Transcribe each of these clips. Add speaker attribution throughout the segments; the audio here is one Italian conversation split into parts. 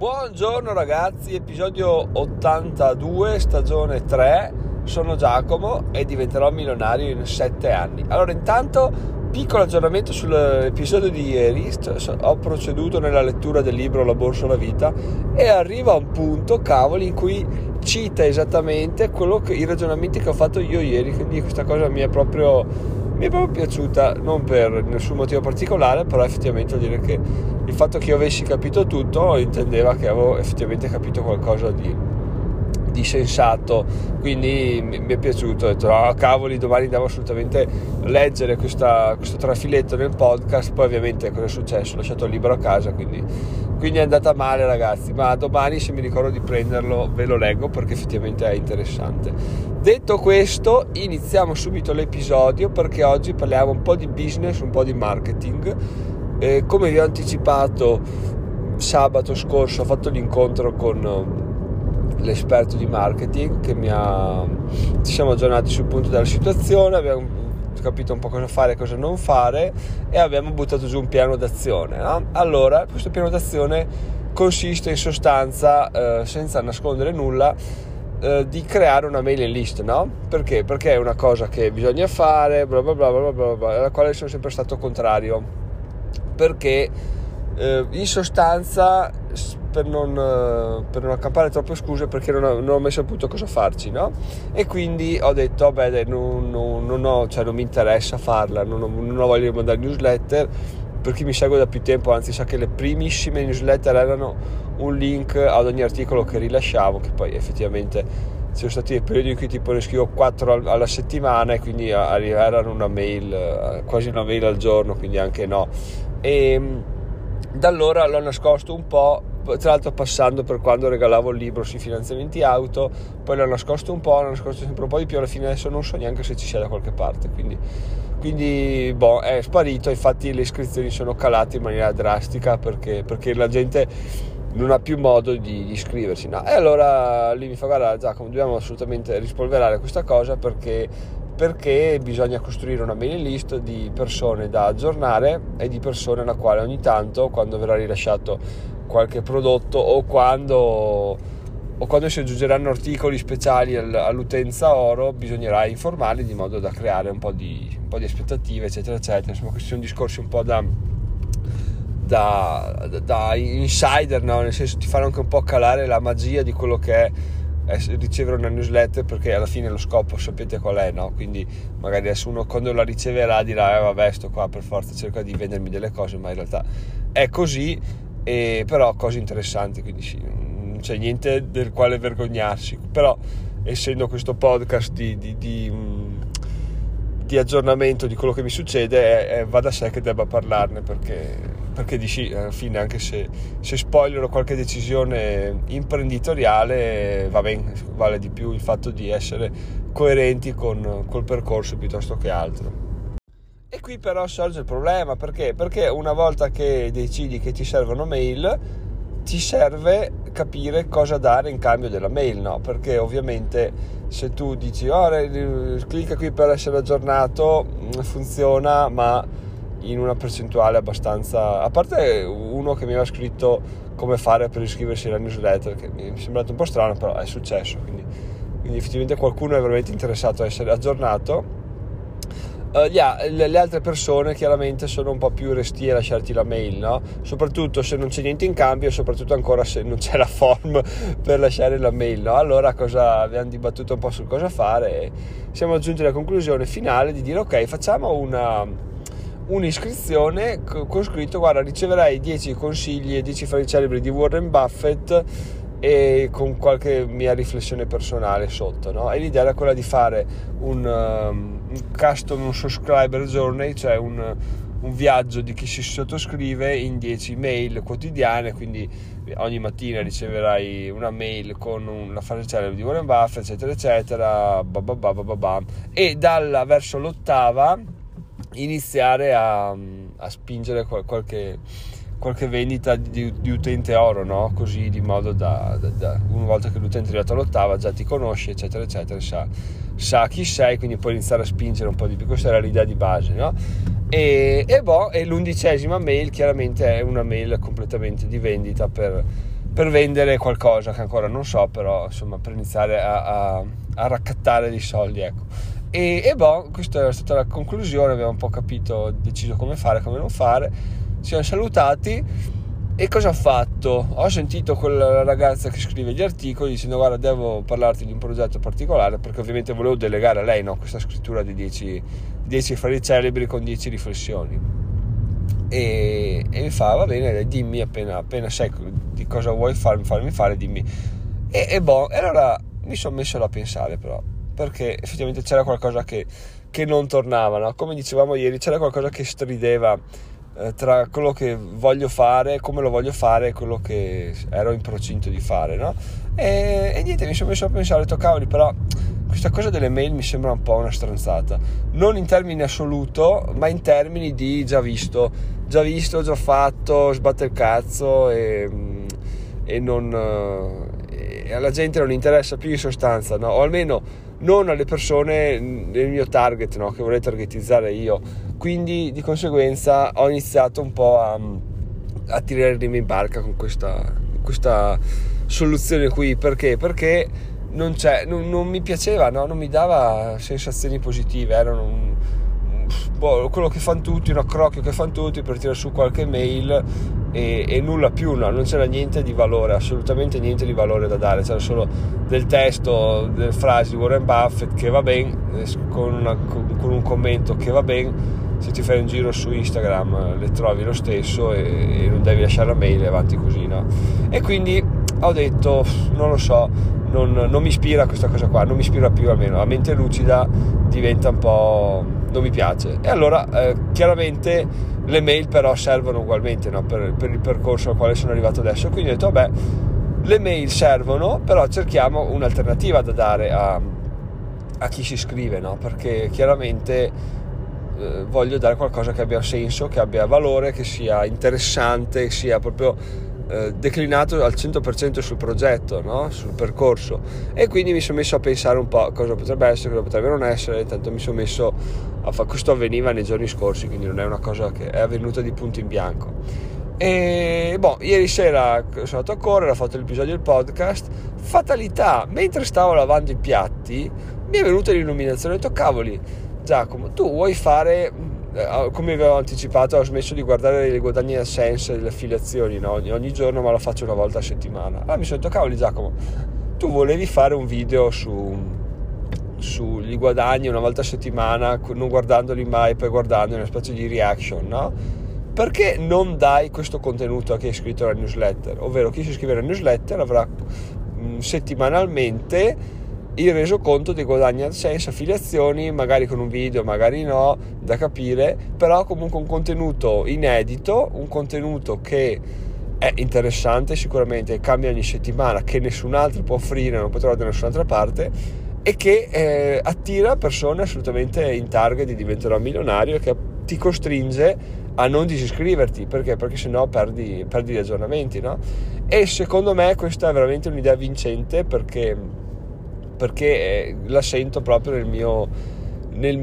Speaker 1: Buongiorno ragazzi, episodio 82, stagione 3, sono Giacomo e diventerò milionario in 7 anni. Allora intanto, piccolo aggiornamento sull'episodio di ieri, ho proceduto nella lettura del libro La Borsa o la Vita e arriva a un punto, cavoli, in cui cita esattamente i ragionamenti che ho fatto io ieri, quindi questa cosa mi è proprio piaciuta, non per nessun motivo particolare, però effettivamente vuol dire che il fatto che io avessi capito tutto intendeva che avevo effettivamente capito qualcosa di sensato, quindi mi è piaciuto. Ho detto no, cavoli, domani devo assolutamente leggere questo trafiletto nel podcast. Poi ovviamente cosa è successo? Ho lasciato il libro a casa, quindi è andata male ragazzi, ma domani se mi ricordo di prenderlo ve lo leggo perché effettivamente è interessante. Detto questo, iniziamo subito l'episodio perché oggi parliamo un po' di business, un po' di marketing. Come vi ho anticipato, sabato scorso ho fatto l'incontro con l'esperto di marketing che ci siamo aggiornati sul punto della situazione, abbiamo capito un po' cosa fare e cosa non fare e abbiamo buttato giù un piano d'azione, no? Allora, questo piano d'azione consiste in sostanza, senza nascondere nulla, di creare una mailing list, no? Perché? Perché è una cosa che bisogna fare, bla bla bla bla bla bla, alla quale sono sempre stato contrario, perché in sostanza per non accampare troppe scuse, perché non ho mai saputo cosa farci, no? E quindi ho detto vabbè dai, non mi interessa farla, non ho voglia di mandare newsletter. Per chi mi segue da più tempo, anzi sa che le primissime newsletter erano un link ad ogni articolo che rilasciavo, che poi effettivamente ci sono stati dei periodi in cui tipo ne scrivo 4 alla settimana e quindi erano una mail, quasi una mail al giorno, quindi anche no. E da allora l'ho nascosto un po', tra l'altro passando per quando regalavo il libro sui finanziamenti auto, poi l'ho nascosto sempre un po' di più, alla fine adesso non so neanche se ci sia da qualche parte, quindi è sparito. Infatti le iscrizioni sono calate in maniera drastica perché la gente non ha più modo di iscriversi, no? E allora lui mi fa guarda Giacomo, dobbiamo assolutamente rispolverare questa cosa perché bisogna costruire una mailing list di persone da aggiornare e di persone alla quale ogni tanto, quando verrà rilasciato qualche prodotto o quando si aggiungeranno articoli speciali all'utenza oro, bisognerà informarli di modo da creare un po' di aspettative, eccetera eccetera. Insomma, questi sono discorsi un po' da insider, no? Nel senso, ti fanno anche un po' calare la magia di quello che è ricevere una newsletter, perché alla fine lo scopo sapete qual è, no? Quindi magari adesso uno quando la riceverà dirà vabbè, sto qua per forza cerca di vendermi delle cose, ma in realtà è così, però cose interessanti, quindi sì, non c'è niente del quale vergognarsi. Però essendo questo podcast di aggiornamento di quello che mi succede, va da sé che debba parlarne, perché di sì, alla fine anche se spoilerò qualche decisione imprenditoriale, va bene, vale di più il fatto di essere coerenti col percorso piuttosto che altro. E qui però sorge il problema, perché una volta che decidi che ti servono mail, ti serve capire cosa dare in cambio della mail, no? Perché ovviamente se tu dici clicca qui per essere aggiornato, funziona, ma in una percentuale abbastanza, a parte uno che mi aveva scritto come fare per iscriversi alla newsletter, che mi è sembrato un po' strano, però è successo, quindi effettivamente qualcuno è veramente interessato a essere aggiornato. Le altre persone chiaramente sono un po' più restie a lasciarti la mail, no? Soprattutto se non c'è niente in cambio, soprattutto ancora se non c'è la form per lasciare la mail, no? Allora abbiamo dibattuto un po' su cosa fare e siamo giunti alla conclusione finale di dire ok, facciamo un'iscrizione con scritto guarda, riceverai 10 consigli e 10 frasi celebri di Warren Buffett e con qualche mia riflessione personale sotto, no? E l'idea era quella di fare un custom subscriber journey, cioè un viaggio di chi si sottoscrive in 10 mail quotidiane, quindi ogni mattina riceverai una mail con una frase celebre di Warren Buffett, eccetera eccetera, e verso l'8ª iniziare a spingere qualche vendita di utente oro, no? Così di modo da una volta che l'utente è arrivato all'8ª già ti conosce, eccetera eccetera, sa chi sei, quindi puoi iniziare a spingere un po' di più. Questa era l'idea di base, no? E l'11ª mail chiaramente è una mail completamente di vendita per per vendere qualcosa che ancora non so, però insomma per iniziare a raccattare dei soldi, ecco. E boh, questa è stata la conclusione, abbiamo un po' deciso come fare, come non fare, ci siamo salutati. E cosa ho fatto? Ho sentito quella ragazza che scrive gli articoli dicendo: guarda, devo parlarti di un progetto particolare, perché ovviamente volevo delegare a lei, no, questa scrittura di 10 affari celebri con 10 riflessioni. E mi fa: va bene, dimmi appena sai di cosa vuoi farmi fare, dimmi. E allora mi sono messo a pensare, però, perché effettivamente c'era qualcosa che non tornava, no? Come dicevamo ieri, c'era qualcosa che strideva tra quello che voglio fare, come lo voglio fare, e quello che ero in procinto di fare, no? E niente, mi sono messo a pensare, ho detto: cavoli, però questa cosa delle mail mi sembra un po' una stronzata, non in termini assoluto, ma in termini di già visto, già fatto, sbatte il cazzo e non e alla gente non interessa più in sostanza, no? O almeno non alle persone nel mio target, no? Che vorrei targetizzare io. Quindi di conseguenza ho iniziato un po' a tirarmi in barca con questa soluzione qui. Perché non mi piaceva, no? Non mi dava sensazioni positive, erano quello che fanno tutti, un accrocchio che fanno tutti per tirare su qualche mail e nulla più, no? Non c'era niente di valore, assolutamente niente di valore da dare, c'era solo del testo, delle frasi di Warren Buffett che va bene, con un commento che va bene. Se ti fai un giro su Instagram le trovi lo stesso e non devi lasciare la mail, avanti così, no? E quindi ho detto: non lo so, non mi ispira questa cosa qua, non mi ispira più, almeno la mente lucida diventa un po', non mi piace. E allora chiaramente le mail però servono ugualmente, no? per il percorso al quale sono arrivato adesso. Quindi ho detto: vabbè, le mail servono, però cerchiamo un'alternativa da dare a chi si iscrive, no? Perché chiaramente voglio dare qualcosa che abbia senso, che abbia valore, che sia interessante, sia proprio declinato al 100% sul progetto, no? Sul percorso. E quindi mi sono messo a pensare un po' cosa potrebbe essere, cosa potrebbe non essere. Intanto mi sono messo a fare, questo avveniva nei giorni scorsi, quindi non è una cosa che è avvenuta di punto in bianco. E ieri sera sono andato a correre, ho fatto l'episodio del podcast. Fatalità, mentre stavo lavando i piatti mi è venuta l'illuminazione, ho detto: cavoli Giacomo, tu vuoi fare, come avevo anticipato, ho smesso di guardare i guadagni AdSense delle affiliazioni, no? ogni giorno, ma lo faccio una volta a settimana. Allora mi sono detto: cavoli Giacomo, tu volevi fare un video sugli guadagni una volta a settimana, non guardandoli mai, poi guardando una specie di reaction, no? Perché non dai questo contenuto a chi è iscritto alla newsletter? Ovvero, chi si iscrive alla newsletter avrà settimanalmente il resoconto dei guadagni AdSense, affiliazioni, magari con un video, magari no, da capire, però comunque un contenuto inedito, un contenuto che è interessante sicuramente, cambia ogni settimana, che nessun altro può offrire, non può trovare da nessun'altra parte, e che attira persone assolutamente in target di diventerò milionario, e che ti costringe a non disiscriverti. Perché sennò perdi gli aggiornamenti, no? E secondo me questa è veramente un'idea vincente, perché la sento proprio nella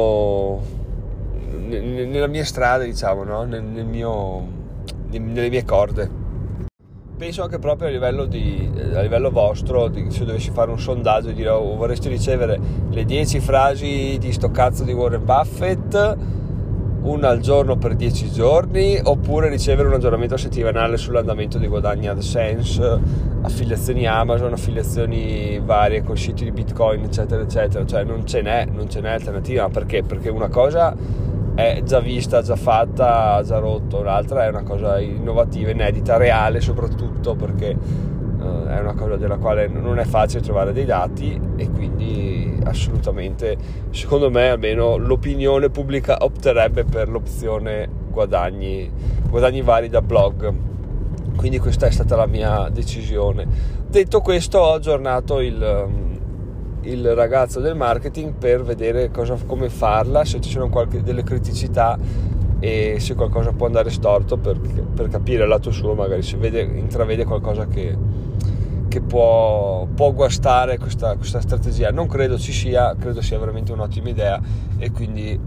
Speaker 1: mia strada, diciamo, no? Nelle mie corde. Penso anche proprio a livello vostro, se dovessi fare un sondaggio e dire: vorresti ricevere le 10 frasi di sto cazzo di Warren Buffett, una al giorno per 10 giorni, oppure ricevere un aggiornamento settimanale sull'andamento dei guadagni AdSense, affiliazioni Amazon, affiliazioni varie con siti di Bitcoin, eccetera eccetera. Cioè non ce n'è alternativa. Perché una cosa è già vista, già fatta, già rotto, l'altra è una cosa innovativa, inedita, reale, soprattutto perché è una cosa della quale non è facile trovare dei dati, e quindi assolutamente, secondo me, almeno l'opinione pubblica opterebbe per l'opzione guadagni vari da blog. Quindi questa è stata la mia decisione. Detto questo, ho aggiornato il ragazzo del marketing per vedere come farla, se ci sono delle criticità e se qualcosa può andare storto, per capire il lato suo, magari se intravede qualcosa che può guastare questa strategia. Non credo ci sia, credo sia veramente un'ottima idea, e quindi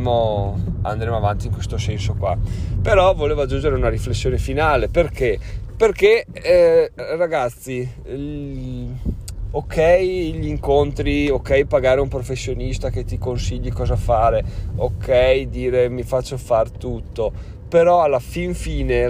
Speaker 1: andremo avanti in questo senso qua. Però volevo aggiungere una riflessione finale, perché Perché ragazzi, ok gli incontri, ok pagare un professionista che ti consigli cosa fare, ok dire mi faccio far tutto, però alla fine,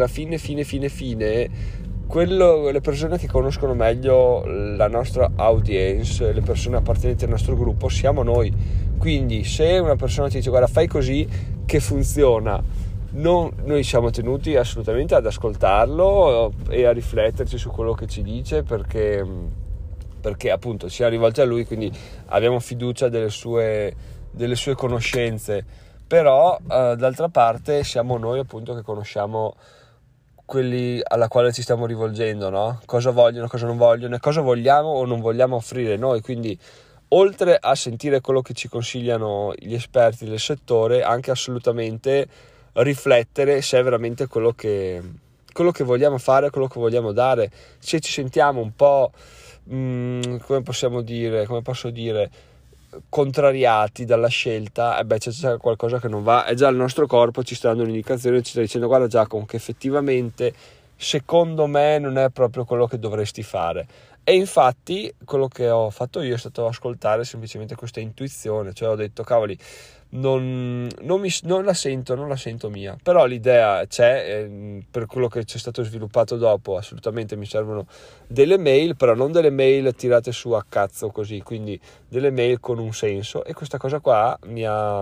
Speaker 1: le persone che conoscono meglio la nostra audience, le persone appartenenti al nostro gruppo siamo noi. Quindi se una persona ti dice guarda fai così che funziona, noi siamo tenuti assolutamente ad ascoltarlo e a rifletterci su quello che ci dice, perché appunto siamo rivolti a lui, quindi abbiamo fiducia delle sue conoscenze. Però d'altra parte siamo noi appunto che conosciamo quelli alla quale ci stiamo rivolgendo, no? Cosa vogliono, cosa non vogliono e cosa vogliamo o non vogliamo offrire noi. Quindi oltre a sentire quello che ci consigliano gli esperti del settore, anche assolutamente riflettere se è veramente quello che vogliamo fare, quello che vogliamo dare. Se ci sentiamo un po' come posso dire contrariati dalla scelta, c'è qualcosa che non va, è già il nostro corpo ci sta dando un'indicazione, ci sta dicendo guarda Giacomo che effettivamente secondo me non è proprio quello che dovresti fare. E infatti quello che ho fatto io è stato ascoltare semplicemente questa intuizione, cioè ho detto cavoli, non la sento mia, però l'idea c'è, per quello che c'è stato sviluppato dopo assolutamente mi servono delle mail, però non delle mail tirate su a cazzo così, quindi delle mail con un senso, e questa cosa qua mi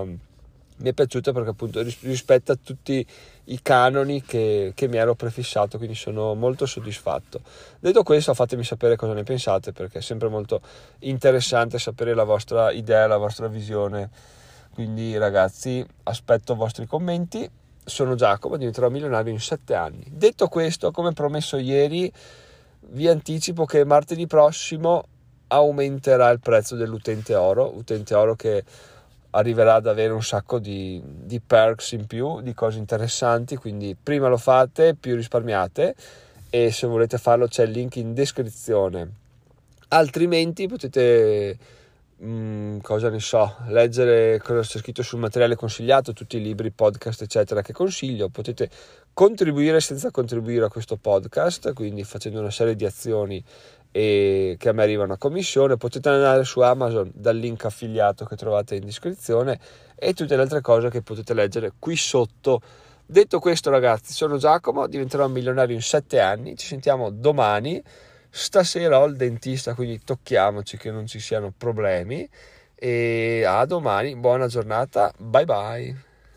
Speaker 1: è piaciuta perché appunto rispetta tutti i canoni che mi ero prefissato, quindi sono molto soddisfatto. Detto questo, fatemi sapere cosa ne pensate, perché è sempre molto interessante sapere la vostra idea, la vostra visione. Quindi ragazzi, aspetto i vostri commenti. Sono Giacomo, diventerò milionario in 7 anni. Detto questo, come promesso ieri, vi anticipo che martedì prossimo aumenterà il prezzo dell'utente oro che arriverà ad avere un sacco di perks in più, di cose interessanti, quindi prima lo fate, più risparmiate, e se volete farlo c'è il link in descrizione. Altrimenti potete leggere cosa c'è scritto sul materiale consigliato, tutti i libri, podcast eccetera che consiglio. Potete contribuire senza contribuire a questo podcast, quindi facendo una serie di azioni e che a me arrivano a commissione. Potete andare su Amazon dal link affiliato che trovate in descrizione e tutte le altre cose che potete leggere qui sotto. Detto questo ragazzi, sono Giacomo, diventerò milionario in 7 anni, ci sentiamo domani. Stasera ho il dentista, quindi tocchiamoci che non ci siano problemi, e a domani, buona giornata, bye bye.